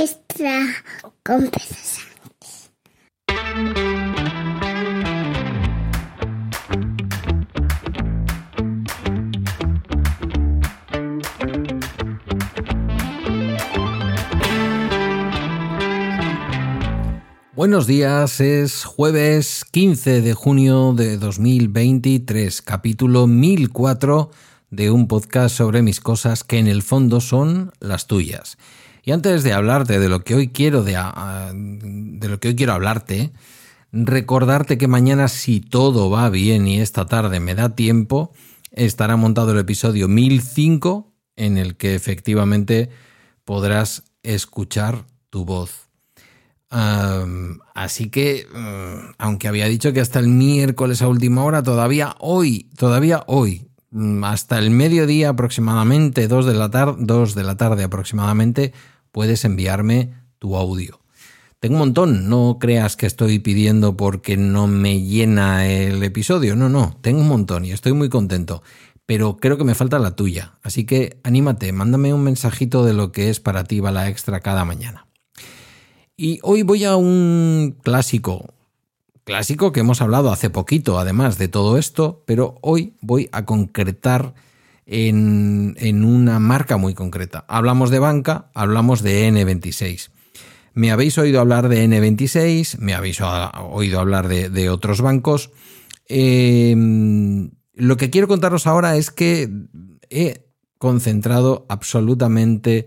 extra con Pedro Sánchez. Buenos días, es jueves 15 de junio de 2023, capítulo 1004 de un podcast sobre mis cosas que en el fondo son las tuyas. Y antes de hablarte de lo que hoy quiero hablarte, recordarte que mañana, si todo va bien y esta tarde me da tiempo, estará montado el episodio 1005 en el que efectivamente podrás escuchar tu voz. Así que, aunque había dicho que hasta el miércoles a última hora, todavía hoy, hasta el mediodía aproximadamente, 2 de la tarde aproximadamente, puedes enviarme tu audio. Tengo un montón, no creas que estoy pidiendo porque no me llena el episodio, no, tengo un montón y estoy muy contento, pero creo que me falta la tuya, así que anímate, mándame un mensajito de lo que es para ti Bala Extra cada mañana. Y hoy voy a un clásico que hemos hablado hace poquito, además de todo esto, pero hoy voy a concretar en una marca muy concreta. Hablamos de banca, hablamos de N26. Me habéis oído hablar de N26, me habéis oído hablar de otros bancos. Lo que quiero contaros ahora es que he concentrado absolutamente,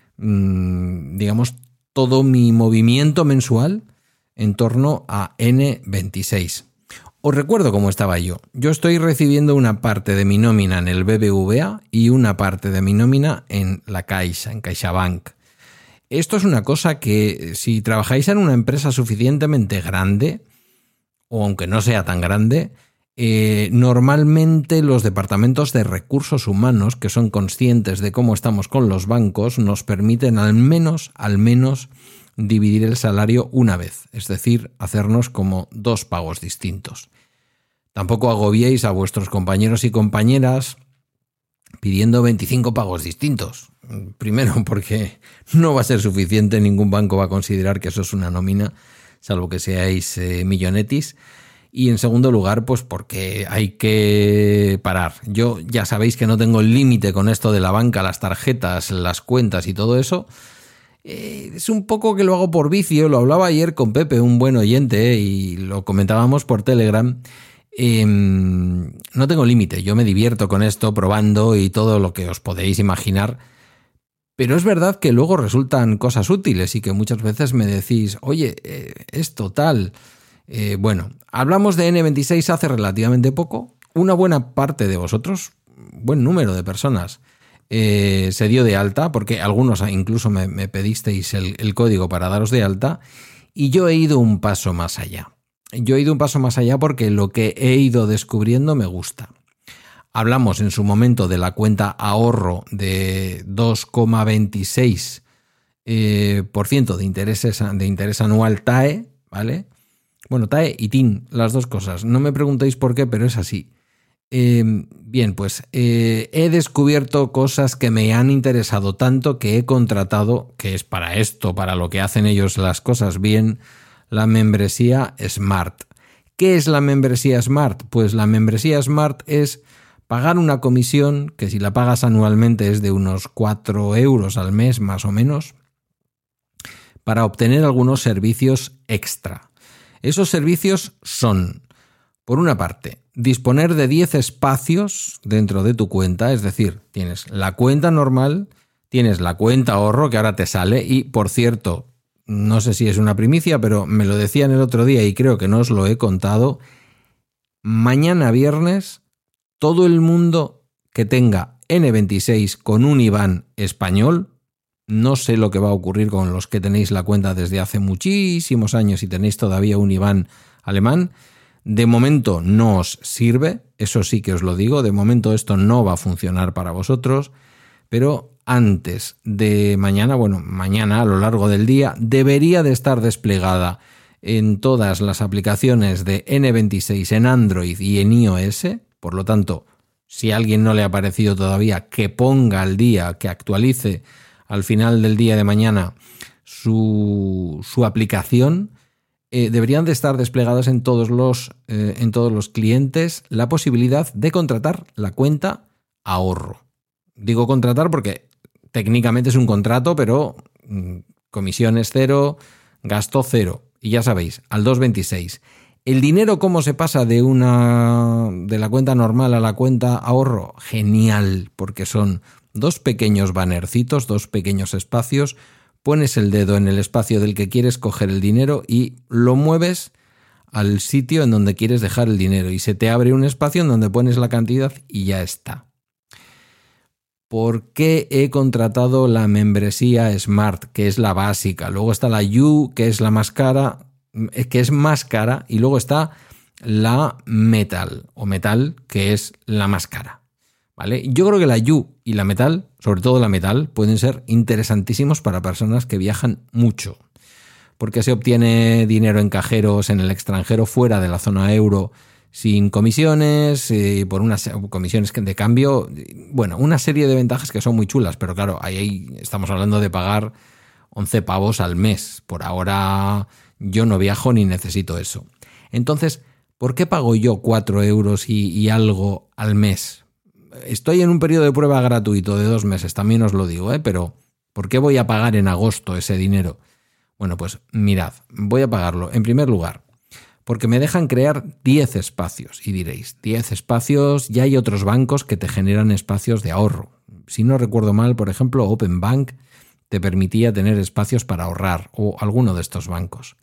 todo mi movimiento mensual en torno a N26. Os recuerdo cómo estaba yo. Yo estoy recibiendo una parte de mi nómina en el BBVA y una parte de mi nómina en la Caixa, en CaixaBank. Esto es una cosa que si trabajáis en una empresa suficientemente grande, o aunque no sea tan grande, normalmente los departamentos de recursos humanos, que son conscientes de cómo estamos con los bancos, nos permiten al menos dividir el salario una vez, es decir, hacernos como 2 pagos distintos. Tampoco agobiéis a vuestros compañeros y compañeras pidiendo 25 pagos distintos. Primero, porque no va a ser suficiente, ningún banco va a considerar que eso es una nómina, salvo que seáis millonetis. Y en segundo lugar, pues porque hay que parar. Yo ya sabéis que no tengo límite con esto de la banca, las tarjetas, las cuentas y todo eso. Es un poco que lo hago por vicio. Lo hablaba ayer con Pepe, un buen oyente, y lo comentábamos por Telegram. No tengo límite. Yo me divierto con esto, probando y todo lo que os podéis imaginar. Pero es verdad que luego resultan cosas útiles y que muchas veces me decís, oye, esto tal... Bueno, hablamos de N26 hace relativamente poco. Una buena parte de vosotros, buen número de personas, se dio de alta, porque algunos incluso me pedisteis el código para daros de alta, y yo he ido un paso más allá. Porque lo que he ido descubriendo me gusta. Hablamos en su momento de la cuenta ahorro de 2,26% de interés anual TAE, ¿vale? Bueno, TAE y TIN, las dos cosas. No me preguntéis por qué, pero es así. Bien, pues he descubierto cosas que me han interesado tanto que he contratado, que es para esto, para lo que hacen ellos las cosas bien, la membresía Smart. ¿Qué es la membresía Smart? Pues la membresía Smart es pagar una comisión que si la pagas anualmente es de unos 4 euros al mes más o menos, para obtener algunos servicios extra. Esos servicios son, por una parte, disponer de 10 espacios dentro de tu cuenta, es decir, tienes la cuenta normal, tienes la cuenta ahorro que ahora te sale y, por cierto, no sé si es una primicia, pero me lo decían el otro día y creo que no os lo he contado, mañana viernes todo el mundo que tenga N26 con un IBAN español, no sé lo que va a ocurrir con los que tenéis la cuenta desde hace muchísimos años y tenéis todavía un IBAN alemán. De momento no os sirve, eso sí que os lo digo, de momento esto no va a funcionar para vosotros, pero antes de mañana, mañana a lo largo del día, debería de estar desplegada en todas las aplicaciones de N26 en Android y en iOS, por lo tanto, si a alguien no le ha parecido todavía, que ponga al día, que actualice al final del día de mañana su aplicación, deberían de estar desplegadas en todos los clientes la posibilidad de contratar la cuenta ahorro. Digo contratar porque técnicamente es un contrato, pero comisiones cero, gasto cero. Y ya sabéis, al 226. ¿El dinero cómo se pasa de la cuenta normal a la cuenta ahorro? Genial, porque son 2 pequeños bannercitos, 2 pequeños espacios. Pones el dedo en el espacio del que quieres coger el dinero y lo mueves al sitio en donde quieres dejar el dinero y se te abre un espacio en donde pones la cantidad y ya está. ¿Por qué he contratado la membresía Smart, que es la básica? Luego está la You, que es la más cara, y luego está la Metal, que es la más cara. ¿Vale? Yo creo que la You y la Metal, sobre todo la Metal, pueden ser interesantísimos para personas que viajan mucho, porque se obtiene dinero en cajeros en el extranjero fuera de la zona euro sin comisiones, por unas comisiones de cambio, bueno, una serie de ventajas que son muy chulas, pero claro, ahí estamos hablando de pagar 11 pavos al mes. Por ahora yo no viajo ni necesito eso. Entonces, ¿por qué pago yo 4 euros y algo al mes? Estoy en un periodo de prueba gratuito de 2 meses, también os lo digo, pero ¿por qué voy a pagar en agosto ese dinero? Bueno, pues mirad, voy a pagarlo en primer lugar porque me dejan crear 10 espacios. Y diréis, 10 espacios, ya hay otros bancos que te generan espacios de ahorro. Si no recuerdo mal, por ejemplo, Open Bank te permitía tener espacios para ahorrar, o alguno de estos bancos.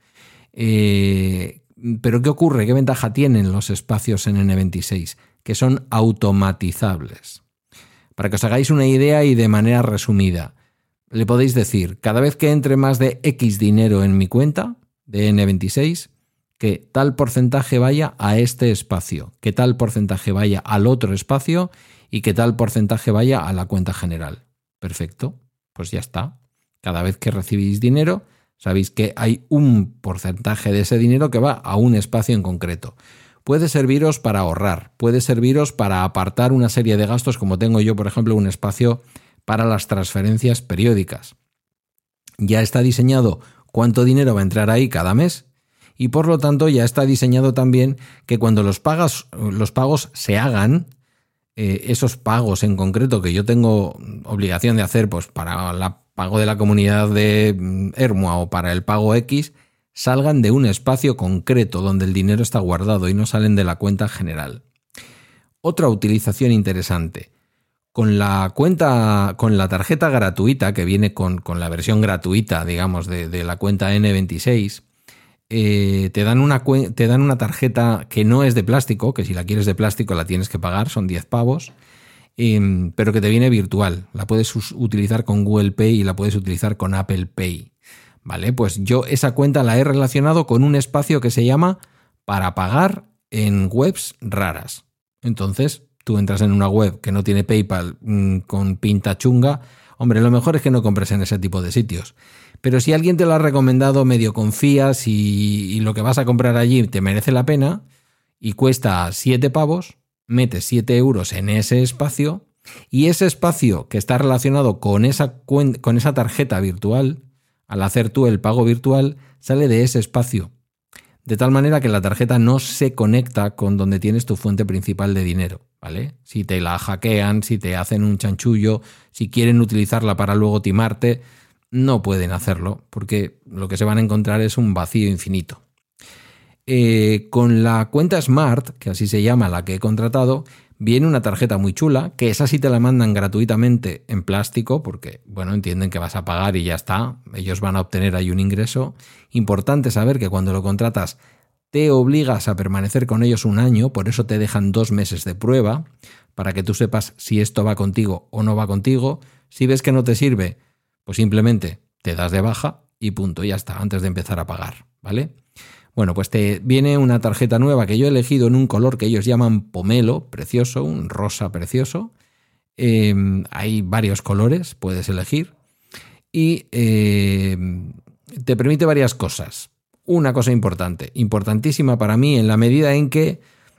Pero ¿qué ocurre? ¿Qué ventaja tienen los espacios en N26? Que son automatizables. Para que os hagáis una idea y de manera resumida, le podéis decir, cada vez que entre más de X dinero en mi cuenta de N26, que tal porcentaje vaya a este espacio, que tal porcentaje vaya al otro espacio y que tal porcentaje vaya a la cuenta general. Perfecto, pues ya está. Cada vez que recibís dinero, sabéis que hay un porcentaje de ese dinero que va a un espacio en concreto. Puede serviros para ahorrar, puede serviros para apartar una serie de gastos, como tengo yo, por ejemplo, un espacio para las transferencias periódicas. Ya está diseñado cuánto dinero va a entrar ahí cada mes y por lo tanto ya está diseñado también que cuando los pagos se hagan, esos pagos en concreto que yo tengo obligación de hacer pues para el pago de la comunidad de Ermua o para el pago X, salgan de un espacio concreto donde el dinero está guardado y no salen de la cuenta general. Otra utilización interesante. Con la tarjeta gratuita que viene con la versión gratuita, digamos, de la cuenta N26, te dan una tarjeta que no es de plástico, que si la quieres de plástico la tienes que pagar, son 10 pavos, pero que te viene virtual. La puedes utilizar con Google Pay y la puedes utilizar con Apple Pay. Vale, pues yo esa cuenta la he relacionado con un espacio que se llama para pagar en webs raras. Entonces, tú entras en una web que no tiene PayPal con pinta chunga, hombre, lo mejor es que no compres en ese tipo de sitios. Pero si alguien te lo ha recomendado, medio confías y lo que vas a comprar allí te merece la pena y cuesta 7 pavos, metes 7 euros en ese espacio y ese espacio que está relacionado con esa tarjeta virtual, al hacer tú el pago virtual, sale de ese espacio. De tal manera que la tarjeta no se conecta con donde tienes tu fuente principal de dinero, ¿vale? Si te la hackean, si te hacen un chanchullo, si quieren utilizarla para luego timarte, no pueden hacerlo, porque lo que se van a encontrar es un vacío infinito. Con la cuenta Smart, que así se llama la que he contratado, viene una tarjeta muy chula, que esa sí te la mandan gratuitamente en plástico, porque, bueno, entienden que vas a pagar y ya está, ellos van a obtener ahí un ingreso. Importante saber que cuando lo contratas te obligas a permanecer con ellos 1 año, por eso te dejan 2 meses de prueba, para que tú sepas si esto va contigo o no va contigo. Si ves que no te sirve, pues simplemente te das de baja y punto, ya está, antes de empezar a pagar, ¿vale? Bueno, pues te viene una tarjeta nueva que yo he elegido en un color que ellos llaman pomelo, precioso, un rosa precioso. Hay varios colores, puedes elegir. Y te permite varias cosas. Una cosa importante, importantísima para mí, en la medida en que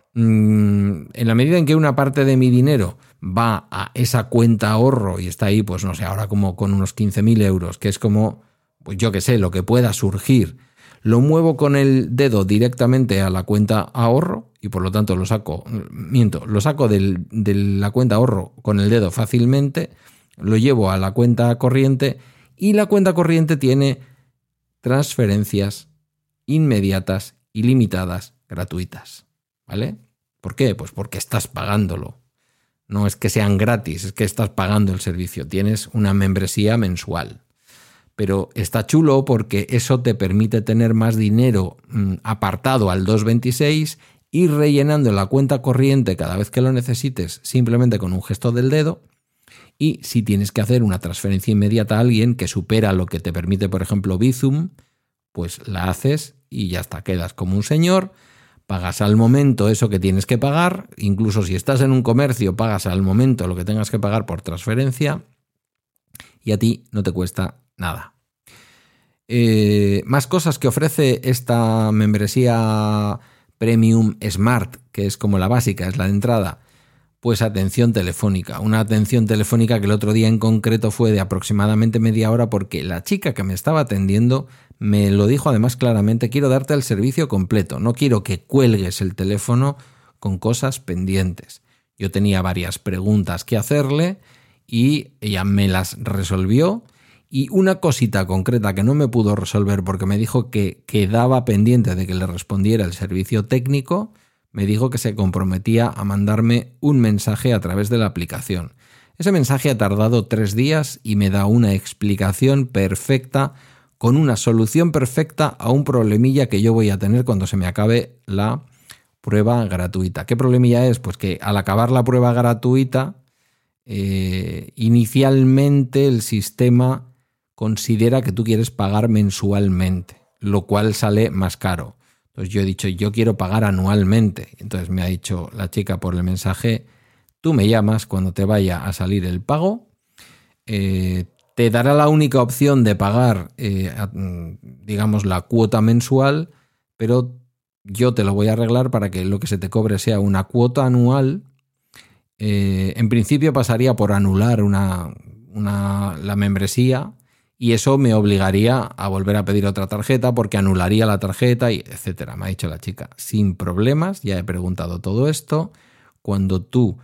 una parte de mi dinero va a esa cuenta ahorro y está ahí, pues no sé, ahora como con unos 15.000 euros, que es como, pues yo qué sé, lo que pueda surgir, lo muevo con el dedo directamente a la cuenta ahorro y por lo tanto lo saco de la cuenta ahorro con el dedo fácilmente, lo llevo a la cuenta corriente y la cuenta corriente tiene transferencias inmediatas, ilimitadas, gratuitas, ¿vale? ¿Por qué? Pues porque estás pagándolo. No es que sean gratis, es que estás pagando el servicio. Tienes una membresía mensual. Pero está chulo porque eso te permite tener más dinero apartado al 226, ir rellenando la cuenta corriente cada vez que lo necesites simplemente con un gesto del dedo. Y si tienes que hacer una transferencia inmediata a alguien que supera lo que te permite, por ejemplo, Bizum, pues la haces y ya está, quedas como un señor. Pagas al momento eso que tienes que pagar, incluso si estás en un comercio pagas al momento lo que tengas que pagar por transferencia y a ti no te cuesta nada. Más cosas que ofrece esta membresía Premium Smart, que es como la básica, es la de entrada. Pues atención telefónica, una atención telefónica que el otro día en concreto fue de aproximadamente media hora porque la chica que me estaba atendiendo me lo dijo además claramente: quiero darte el servicio completo, no quiero que cuelgues el teléfono con cosas pendientes. Yo tenía varias preguntas que hacerle y ella me las resolvió y una cosita concreta que no me pudo resolver porque me dijo que quedaba pendiente de que le respondiera el servicio técnico. Me dijo que se comprometía a mandarme un mensaje a través de la aplicación. Ese mensaje ha tardado 3 días y me da una explicación perfecta, con una solución perfecta a un problemilla que yo voy a tener cuando se me acabe la prueba gratuita. ¿Qué problemilla es? Pues que al acabar la prueba gratuita, inicialmente el sistema considera que tú quieres pagar mensualmente, lo cual sale más caro. Entonces yo he dicho, yo quiero pagar anualmente. Entonces me ha dicho la chica por el mensaje: tú me llamas cuando te vaya a salir el pago, te dará la única opción de pagar, digamos, la cuota mensual, pero yo te lo voy a arreglar para que lo que se te cobre sea una cuota anual. En principio pasaría por anular la membresía. Y eso me obligaría a volver a pedir otra tarjeta porque anularía la tarjeta, y etcétera. Me ha dicho la chica, sin problemas, ya he preguntado todo esto. Cuando tú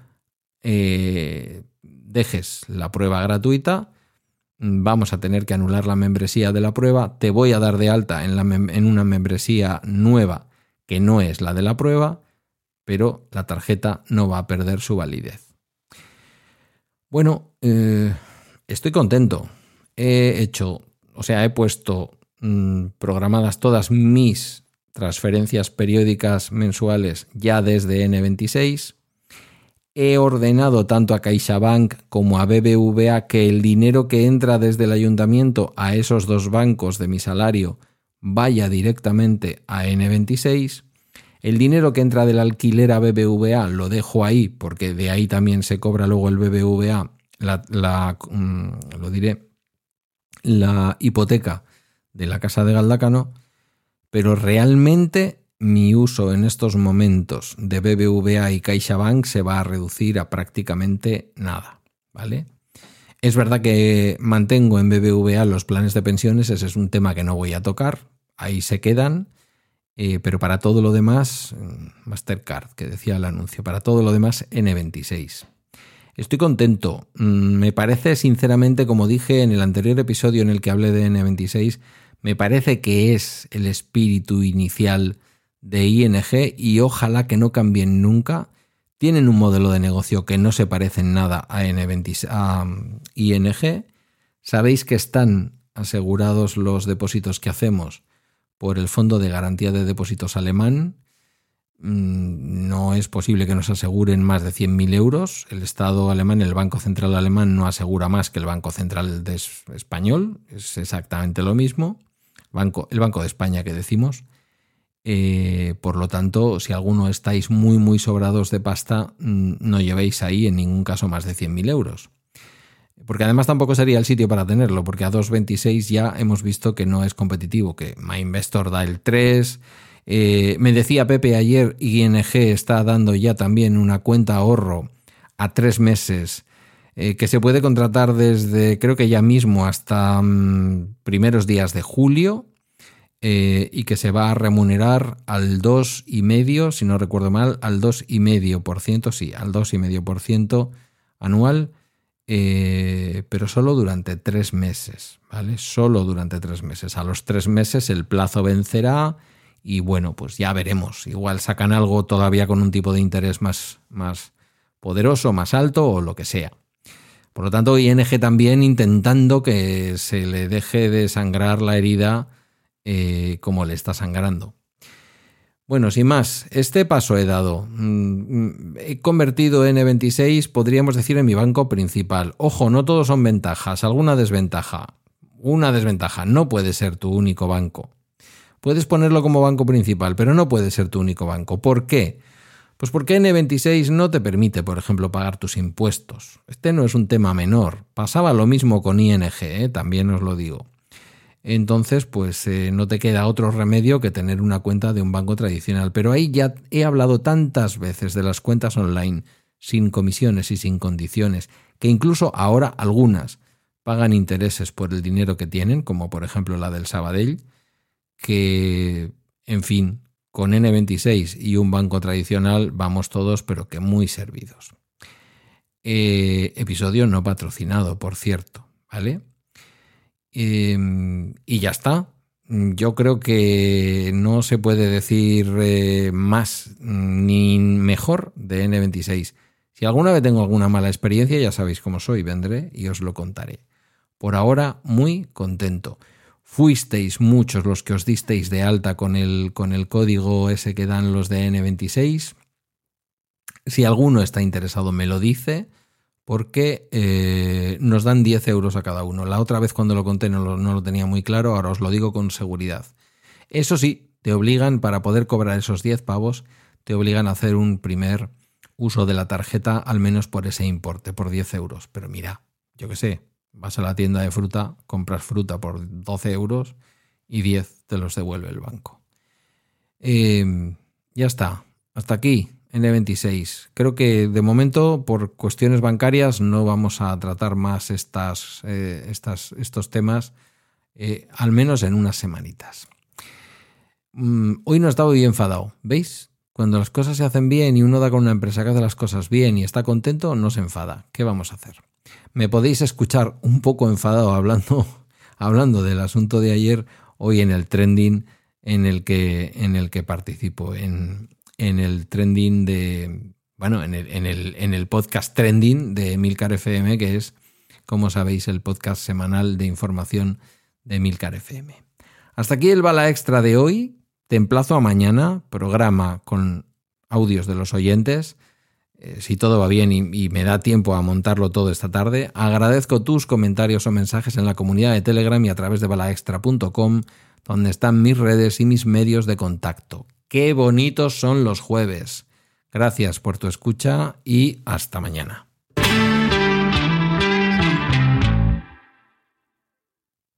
dejes la prueba gratuita, vamos a tener que anular la membresía de la prueba. Te voy a dar de alta en una membresía nueva que no es la de la prueba, pero la tarjeta no va a perder su validez. Bueno, estoy contento. He puesto programadas todas mis transferencias periódicas mensuales ya desde N26. He ordenado tanto a CaixaBank como a BBVA que el dinero que entra desde el ayuntamiento a esos 2 bancos de mi salario vaya directamente a N26. El dinero que entra del alquiler a BBVA lo dejo ahí porque de ahí también se cobra luego el BBVA la hipoteca de la casa de Galdácano, pero realmente mi uso en estos momentos de BBVA y CaixaBank se va a reducir a prácticamente nada, ¿vale? Es verdad que mantengo en BBVA los planes de pensiones, ese es un tema que no voy a tocar, ahí se quedan, pero para todo lo demás, Mastercard, que decía el anuncio, para todo lo demás N26. Estoy contento. Me parece, sinceramente, como dije en el anterior episodio en el que hablé de N26, me parece que es el espíritu inicial de ING y ojalá que no cambien nunca. Tienen un modelo de negocio que no se parece en nada a ING. Sabéis que están asegurados los depósitos que hacemos por el Fondo de Garantía de Depósitos alemán. No es posible que nos aseguren más de 100.000 euros. El Estado alemán, el Banco Central alemán, no asegura más que el Banco Central español. Es exactamente lo mismo. El Banco de España que decimos. Por lo tanto, si alguno estáis muy, muy sobrados de pasta, no llevéis ahí en ningún caso más de 100.000 euros. Porque además tampoco sería el sitio para tenerlo, porque a 2,26 ya hemos visto que no es competitivo, que MyInvestor da el 3. Me decía Pepe ayer, ING está dando ya también una cuenta ahorro a 3 meses que se puede contratar desde, creo que ya mismo, hasta primeros días de julio, y que se va a remunerar al 2,5%, si no recuerdo mal, al 2,5%, sí, al 2,5% anual, pero solo durante 3 meses, ¿vale? Solo durante 3 meses. A los 3 meses el plazo vencerá y bueno, pues ya veremos. Igual sacan algo todavía con un tipo de interés más poderoso, más alto o lo que sea. Por lo tanto, ING también intentando que se le deje de sangrar la herida como le está sangrando. Bueno, sin más, este paso he dado. He convertido N26, podríamos decir, en mi banco principal. Ojo, no todos son ventajas, alguna desventaja. Una desventaja, no puede ser tu único banco. Puedes ponerlo como banco principal, pero no puede ser tu único banco. ¿Por qué? Pues porque N26 no te permite, por ejemplo, pagar tus impuestos. Este no es un tema menor. Pasaba lo mismo con ING, también os lo digo. Entonces, pues no te queda otro remedio que tener una cuenta de un banco tradicional. Pero ahí ya he hablado tantas veces de las cuentas online, sin comisiones y sin condiciones, que incluso ahora algunas pagan intereses por el dinero que tienen, como por ejemplo la del Sabadell, que, en fin, con N26 y un banco tradicional vamos todos, pero que muy servidos. Episodio no patrocinado, por cierto, ¿vale? Y ya está. Yo creo que no se puede decir más ni mejor de N26. Si alguna vez tengo alguna mala experiencia, ya sabéis cómo soy, vendré y os lo contaré. Por ahora, muy contento. Fuisteis muchos los que os disteis de alta con el código ese que dan los de N26. Si alguno está interesado, me lo dice, porque nos dan 10 euros a cada uno. La otra vez cuando lo conté no lo tenía muy claro, ahora os lo digo con seguridad. Eso sí, te obligan, para poder cobrar esos 10 pavos, te obligan a hacer un primer uso de la tarjeta, al menos por ese importe, por 10 euros. Pero mira, yo qué sé, vas a la tienda de fruta, compras fruta por 12 euros y 10 te los devuelve el banco. Ya está, hasta aquí. N26. Creo que de momento, por cuestiones bancarias, no vamos a tratar más estos temas, al menos en unas semanitas. Hoy no he estado bien enfadado, ¿veis? Cuando las cosas se hacen bien y uno da con una empresa que hace las cosas bien y está contento, no se enfada. ¿Qué vamos a hacer? Me podéis escuchar un poco enfadado hablando del asunto de ayer, hoy en el trending en el que participo, en el trending de, bueno, en el podcast trending de Emilcar FM, que es, como sabéis, el podcast semanal de información de Emilcar FM. Hasta aquí el Bala Extra de hoy. Te emplazo a mañana, programa con audios de los oyentes. Si todo va bien y me da tiempo a montarlo todo esta tarde, agradezco tus comentarios o mensajes en la comunidad de Telegram y a través de balaextra.com, donde están mis redes y mis medios de contacto. ¡Qué bonitos son los jueves! Gracias por tu escucha y hasta mañana.